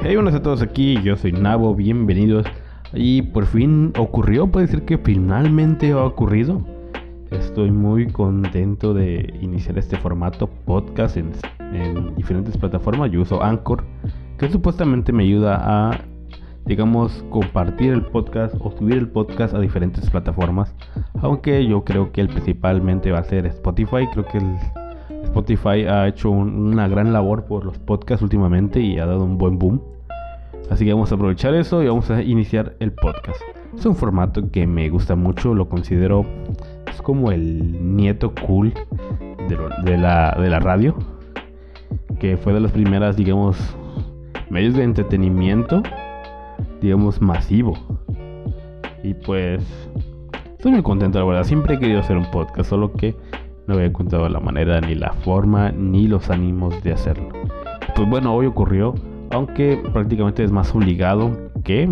Hey, buenas a todos aquí, yo soy Nabo, bienvenidos. Y por fin ocurrió, puede decir que finalmente ha ocurrido. Estoy muy contento de iniciar este formato podcast en diferentes plataformas. Yo uso Anchor, que supuestamente me ayuda a, compartir el podcast o subir el podcast a diferentes plataformas. Aunque yo creo que el principalmente va a ser Spotify. Creo que Spotify ha hecho una gran labor por los podcasts últimamente y ha dado un buen boom. Así que vamos a aprovechar eso y vamos a iniciar el podcast. Es un formato que me gusta mucho, lo considero es como el nieto cool de la radio, que fue de las primeras, medios de entretenimiento, masivo. Y pues estoy muy contento, la verdad. Siempre he querido hacer un podcast, solo que no había encontrado la manera, ni la forma, ni los ánimos de hacerlo. Pues bueno, hoy ocurrió. Aunque prácticamente es más obligado que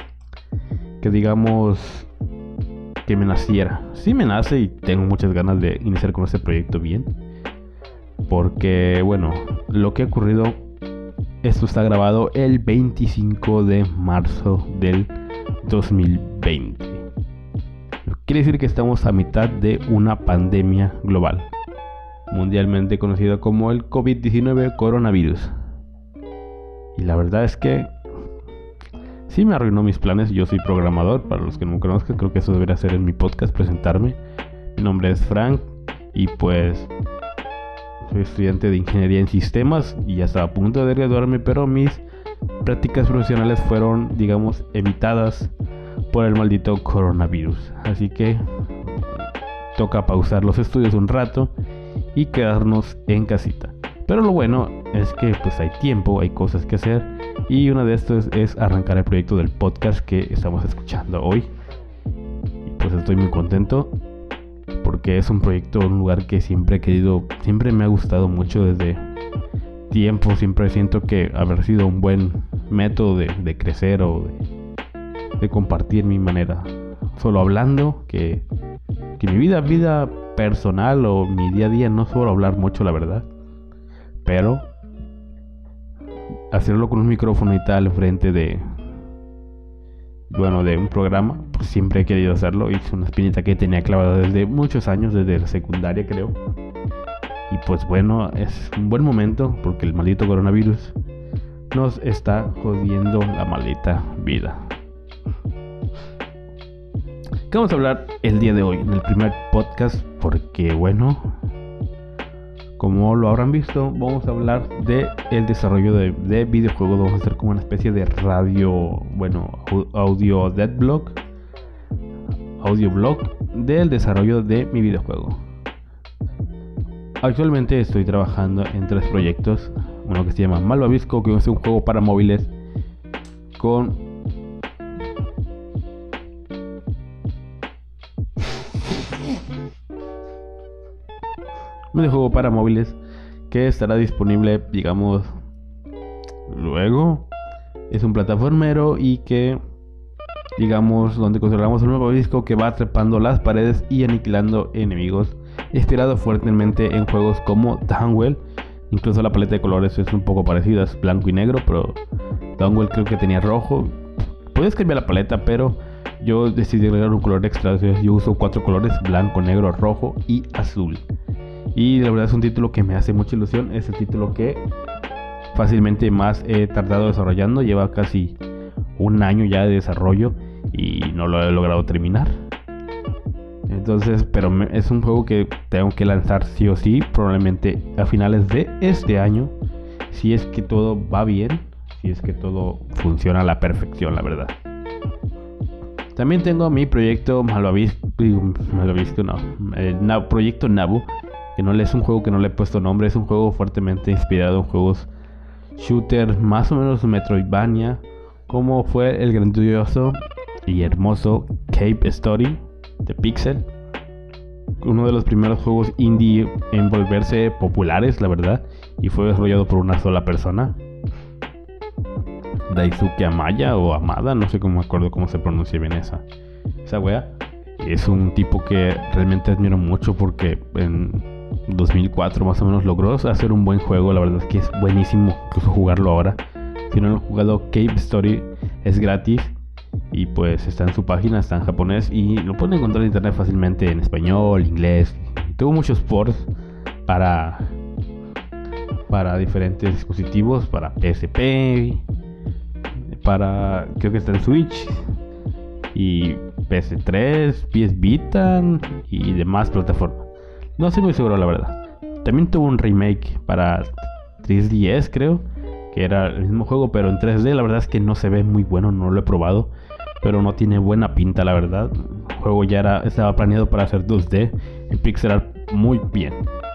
me naciera. Sí me nace y tengo muchas ganas de iniciar con este proyecto bien. Porque bueno, lo que ha ocurrido, esto está grabado el 25 de marzo del 2020. Quiere decir que estamos a mitad de una pandemia global, mundialmente conocida como el COVID-19 coronavirus. Y la verdad es que sí me arruinó mis planes. Yo soy programador, para los que no me conozcan, creo que eso debería ser en mi podcast, presentarme. Mi nombre es Frank y pues soy estudiante de ingeniería en sistemas y ya estaba a punto de graduarme, pero mis prácticas profesionales fueron, evitadas por el maldito coronavirus. Así que toca pausar los estudios un rato y quedarnos en casita. Pero lo bueno es que pues hay tiempo, hay cosas que hacer, y una de estas es arrancar el proyecto del podcast que estamos escuchando hoy. Y pues estoy muy contento porque es un proyecto, un lugar que siempre he querido, siempre me ha gustado mucho desde tiempo. Siempre siento que haber sido un buen método de crecer o de compartir mi manera, solo hablando, que mi vida personal o mi día a día no suelo hablar mucho, la verdad. Pero hacerlo con un micrófono y tal enfrente de un programa, pues siempre he querido hacerlo. Y es una espinita que tenía clavada desde muchos años, desde la secundaria creo. Y pues bueno, es un buen momento porque el maldito coronavirus nos está jodiendo la maldita vida. ¿Qué vamos a hablar el día de hoy en el primer podcast? Porque bueno, como lo habrán visto, vamos a hablar de el desarrollo de videojuegos. Vamos a hacer como una especie de audioblog del desarrollo de mi videojuego. Actualmente estoy trabajando en 3 proyectos. Uno que se llama Malvavisco, que es un juego para móviles con un videojuego para móviles que estará disponible, luego. Es un plataformero y que, donde controlamos un nuevo disco que va trepando las paredes y aniquilando enemigos, inspirado fuertemente en juegos como Downwell. Incluso la paleta de colores es un poco parecida, es blanco y negro, pero Downwell creo que tenía rojo. Puedes cambiar la paleta, pero yo decidí agregar un color extra. Yo uso 4 colores: blanco, negro, rojo y azul. Y la verdad es un título que me hace mucha ilusión. Es el título que fácilmente más he tardado desarrollando. Lleva casi un año ya de desarrollo y no lo he logrado terminar. Entonces, pero es un juego que tengo que lanzar sí o sí, probablemente a finales de este año, si es que todo va bien, si es que todo funciona a la perfección, la verdad. También tengo mi proyecto Proyecto Nabu, que no es un juego que no le he puesto nombre. Es un juego fuertemente inspirado en juegos shooter, más o menos Metroidvania, como fue el grandioso y hermoso Cave Story de Pixel, uno de los primeros juegos indie en volverse populares, la verdad, y fue desarrollado por una sola persona, Daisuke Amaya o Amada, no sé cómo me acuerdo cómo se pronuncia bien esa wea. Es un tipo que realmente admiro mucho porque en 2004 más o menos logró hacer un buen juego. La verdad es que es buenísimo incluso jugarlo ahora. Si no lo han jugado, Cave Story es gratis. Y pues está en su página, está en japonés. Y lo pueden encontrar en internet fácilmente en español, inglés. Tuvo muchos ports para diferentes dispositivos. Para PSP. Creo que está en Switch. Y PS3, PS Vita y demás plataformas. No estoy muy seguro, la verdad. También tuvo un remake para 3DS, creo, que era el mismo juego, pero en 3D. La verdad es que no se ve muy bueno, no lo he probado, pero no tiene buena pinta, la verdad. El juego ya estaba planeado para hacer 2D en pixel art muy bien.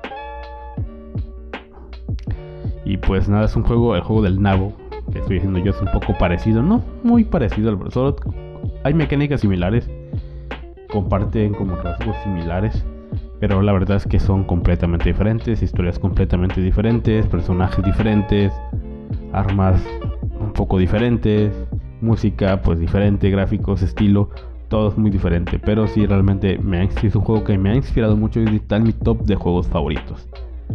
Y pues nada, es el juego del nabo que estoy diciendo yo, es un poco parecido, no muy parecido, solo hay mecánicas similares, comparten como rasgos similares, pero la verdad es que son completamente diferentes, historias completamente diferentes, personajes diferentes, armas un poco diferentes, música pues diferente, gráficos, estilo, todo es muy diferente. Pero sí, realmente es un juego que me ha inspirado mucho y está en mi top de juegos favoritos.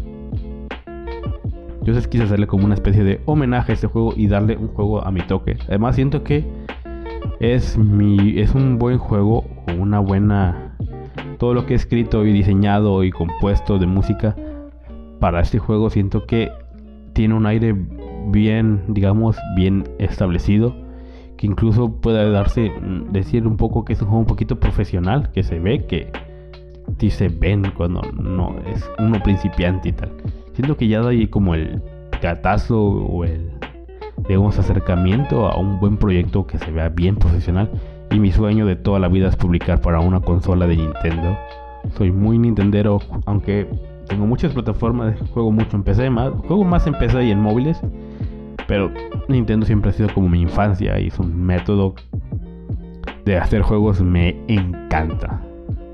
Yo quise hacerle como una especie de homenaje a este juego y darle un juego a mi toque. Además siento que es un buen juego, o una buena... Todo lo que he escrito y diseñado y compuesto de música para este juego, siento que tiene un aire bien, digamos, bien establecido, que incluso puede decir un poco que es un juego un poquito profesional, que se ve que sí se ven cuando no es uno principiante y tal. Siento que ya da ahí como el gatazo o el, digamos, acercamiento a un buen proyecto que se vea bien profesional. Y mi sueño de toda la vida es publicar para una consola de Nintendo. Soy muy nintendero, aunque tengo muchas plataformas, juego mucho en PC, juego más en PC y en móviles. Pero Nintendo siempre ha sido como mi infancia y es un método de hacer juegos, me encanta.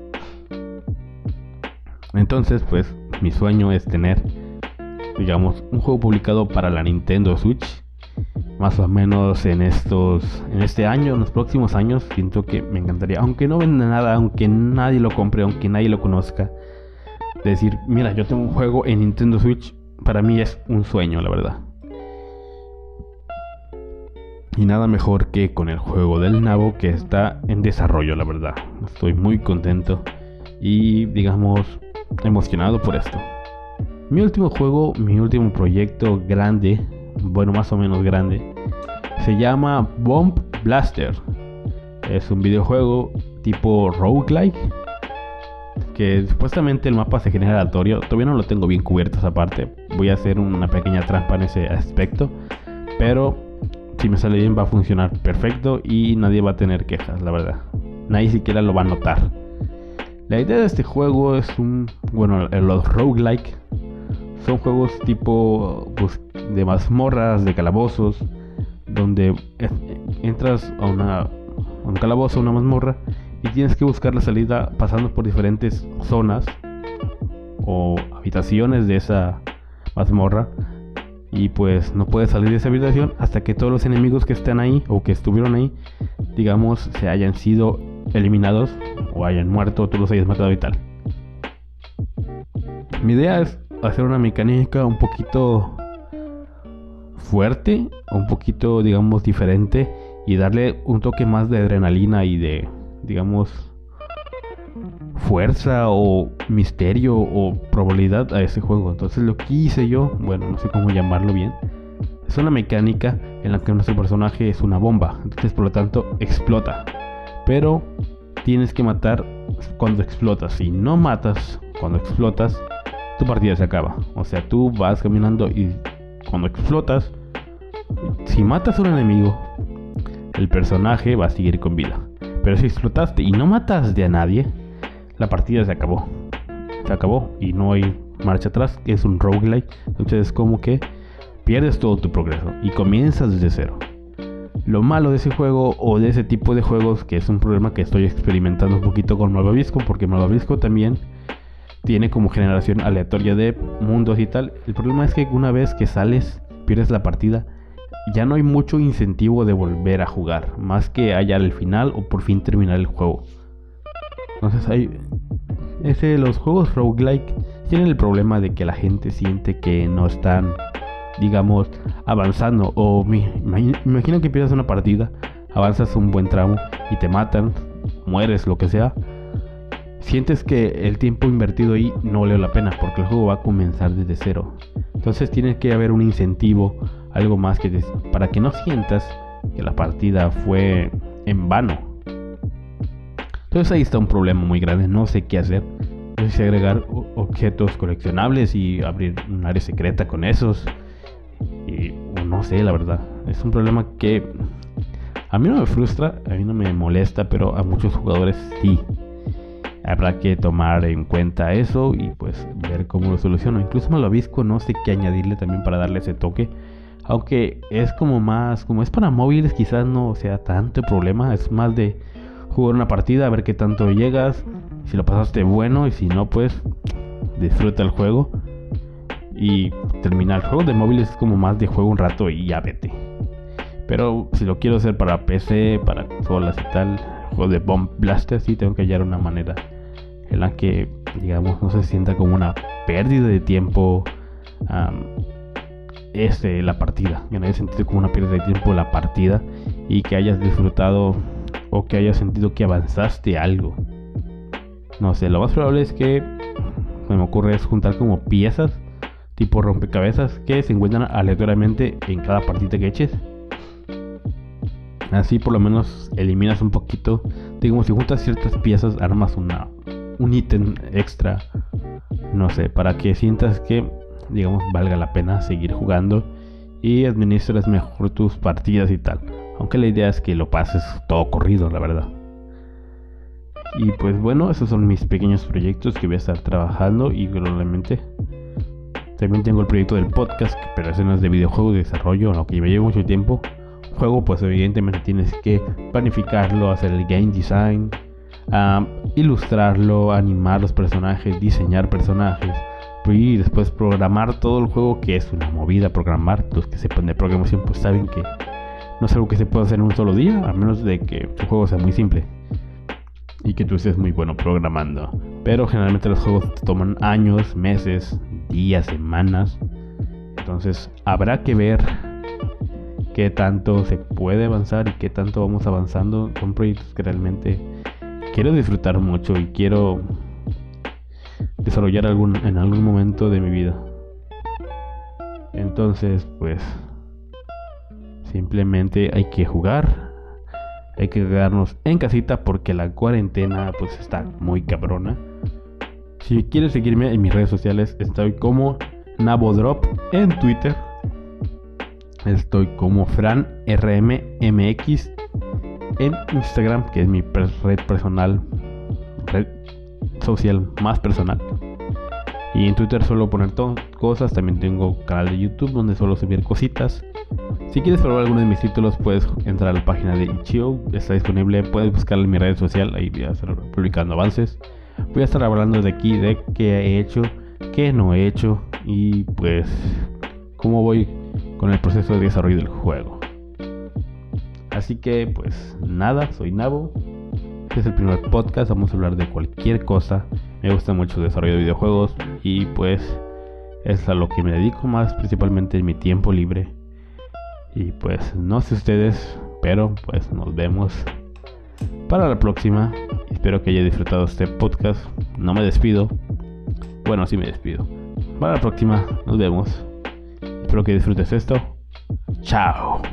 Entonces pues mi sueño es tener, digamos, un juego publicado para la Nintendo Switch. Más o menos en este año, en los próximos años. Siento que me encantaría, aunque no venda nada, aunque nadie lo compre, aunque nadie lo conozca, decir, mira, yo tengo un juego en Nintendo Switch. Para mí es un sueño, la verdad. Y nada mejor que con el juego del nabo, que está en desarrollo, la verdad. Estoy muy contento y, digamos, emocionado por esto. Mi último juego, mi último proyecto grande, bueno, más o menos grande, se llama Bomb Blaster. Es un videojuego tipo roguelike, que supuestamente el mapa se genera aleatorio. Todavía no lo tengo bien cubierto esa parte. Voy a hacer una pequeña trampa en ese aspecto, pero si me sale bien va a funcionar perfecto y nadie va a tener quejas, la verdad. Nadie siquiera lo va a notar. La idea de este juego es los roguelike son juegos tipo de mazmorras, de calabozos, donde entras a un calabozo, una mazmorra, y tienes que buscar la salida pasando por diferentes zonas o habitaciones de esa mazmorra. Y pues no puedes salir de esa habitación hasta que todos los enemigos que están ahí o que estuvieron ahí, digamos, se hayan sido eliminados o hayan muerto o tú los hayas matado y tal. Mi idea es hacer una mecánica un poquito fuerte, un poquito, digamos, diferente, y darle un toque más de adrenalina y de, digamos, fuerza o misterio o probabilidad a ese juego. Entonces lo que hice yo, bueno, no sé cómo llamarlo bien, es una mecánica en la que nuestro personaje es una bomba, entonces por lo tanto explota, pero tienes que matar cuando explotas. Si no matas cuando explotas, tu partida se acaba. O sea, tú vas caminando y cuando explotas, si matas a un enemigo, el personaje va a seguir con vida. Pero si explotaste y no mataste a nadie, la partida se acabó. Se acabó y no hay marcha atrás, que es un roguelike. Entonces es como que pierdes todo tu progreso y comienzas desde cero. Lo malo de ese juego o de ese tipo de juegos, que es un problema que estoy experimentando un poquito con Malvavisco, porque Malvavisco también tiene como generación aleatoria de mundos y tal. El problema es que una vez que sales, pierdes la partida, ya no hay mucho incentivo de volver a jugar, más que hallar el final o por fin terminar el juego. Entonces los juegos roguelike tienen el problema de que la gente siente que no están digamos, avanzando. O imagino que empiezas una partida, avanzas un buen tramo y te matan, mueres, lo que sea. Sientes que el tiempo invertido ahí no valió la pena porque el juego va a comenzar desde cero. Entonces tiene que haber un incentivo, algo más para que no sientas que la partida fue en vano. Entonces ahí está un problema muy grande, no sé qué hacer. No sé si agregar objetos coleccionables y abrir un área secreta con esos. O no sé, la verdad. Es un problema que a mí no me frustra, a mí no me molesta, pero a muchos jugadores sí. Habrá que tomar en cuenta eso y pues ver cómo lo soluciono. Incluso Malvavisco no sé qué añadirle también para darle ese toque. Aunque es como es para móviles, quizás no sea tanto problema. Es más de jugar una partida, a ver qué tanto llegas. Si lo pasaste bueno y si no, pues disfruta el juego y termina. El juego de móviles es como más de juego un rato y ya vete. Pero si lo quiero hacer para PC, para consolas y tal, juego de Bomb Blaster, sí tengo que hallar una manera en la que, digamos, no se sienta como una pérdida de tiempo la partida. Que no haya sentido como una pérdida de tiempo la partida y que hayas disfrutado o que hayas sentido que avanzaste algo. No sé, lo más probable es que se me ocurre es juntar como piezas tipo rompecabezas que se encuentran aleatoriamente en cada partida que eches. Así por lo menos eliminas un poquito. Digamos, si juntas ciertas piezas, armas un ítem extra. No sé, para que sientas que, digamos, valga la pena seguir jugando y administres mejor tus partidas y tal. Aunque la idea es que lo pases todo corrido, la verdad. Y pues bueno, esos son mis pequeños proyectos que voy a estar trabajando. Y probablemente también tengo el proyecto del podcast, pero ese no es de videojuegos, de desarrollo, aunque me lleva mucho tiempo. Juego, pues evidentemente tienes que planificarlo, hacer el game design, ilustrarlo, animar los personajes, diseñar personajes y después programar todo el juego, que es una movida programar. Los que sepan de programación pues saben que no es algo que se pueda hacer en un solo día, a menos de que tu juego sea muy simple y que tú estés muy bueno programando. Pero generalmente los juegos te toman años, meses, días, semanas. Entonces habrá que ver qué tanto se puede avanzar y qué tanto vamos avanzando. Son proyectos que realmente quiero disfrutar mucho y quiero desarrollar en algún momento de mi vida. Entonces pues simplemente hay que jugar, hay que quedarnos en casita porque la cuarentena pues está muy cabrona. Si quieres seguirme en mis redes sociales, estoy como Nabodrop en Twitter. Estoy como FranRMMX en Instagram, que es mi red social más personal. Y en Twitter suelo poner cosas. También tengo canal de YouTube donde suelo subir cositas. Si quieres probar alguno de mis títulos, puedes entrar a la página de Itch.io. Está disponible, puedes buscarla en mi red social. Ahí voy a estar publicando avances. Voy a estar hablando de aquí, de qué he hecho, qué no he hecho y pues cómo voy con el proceso de desarrollo del juego. Así que pues nada, soy Nabo. Este es el primer podcast, vamos a hablar de cualquier cosa. Me gusta mucho el desarrollo de videojuegos y pues es a lo que me dedico más, principalmente en mi tiempo libre. Y pues no sé ustedes, pero pues nos vemos para la próxima. Espero que haya disfrutado este podcast. No me despido. Bueno, sí me despido. Para la próxima, nos vemos. Espero que disfrutes esto. Chao.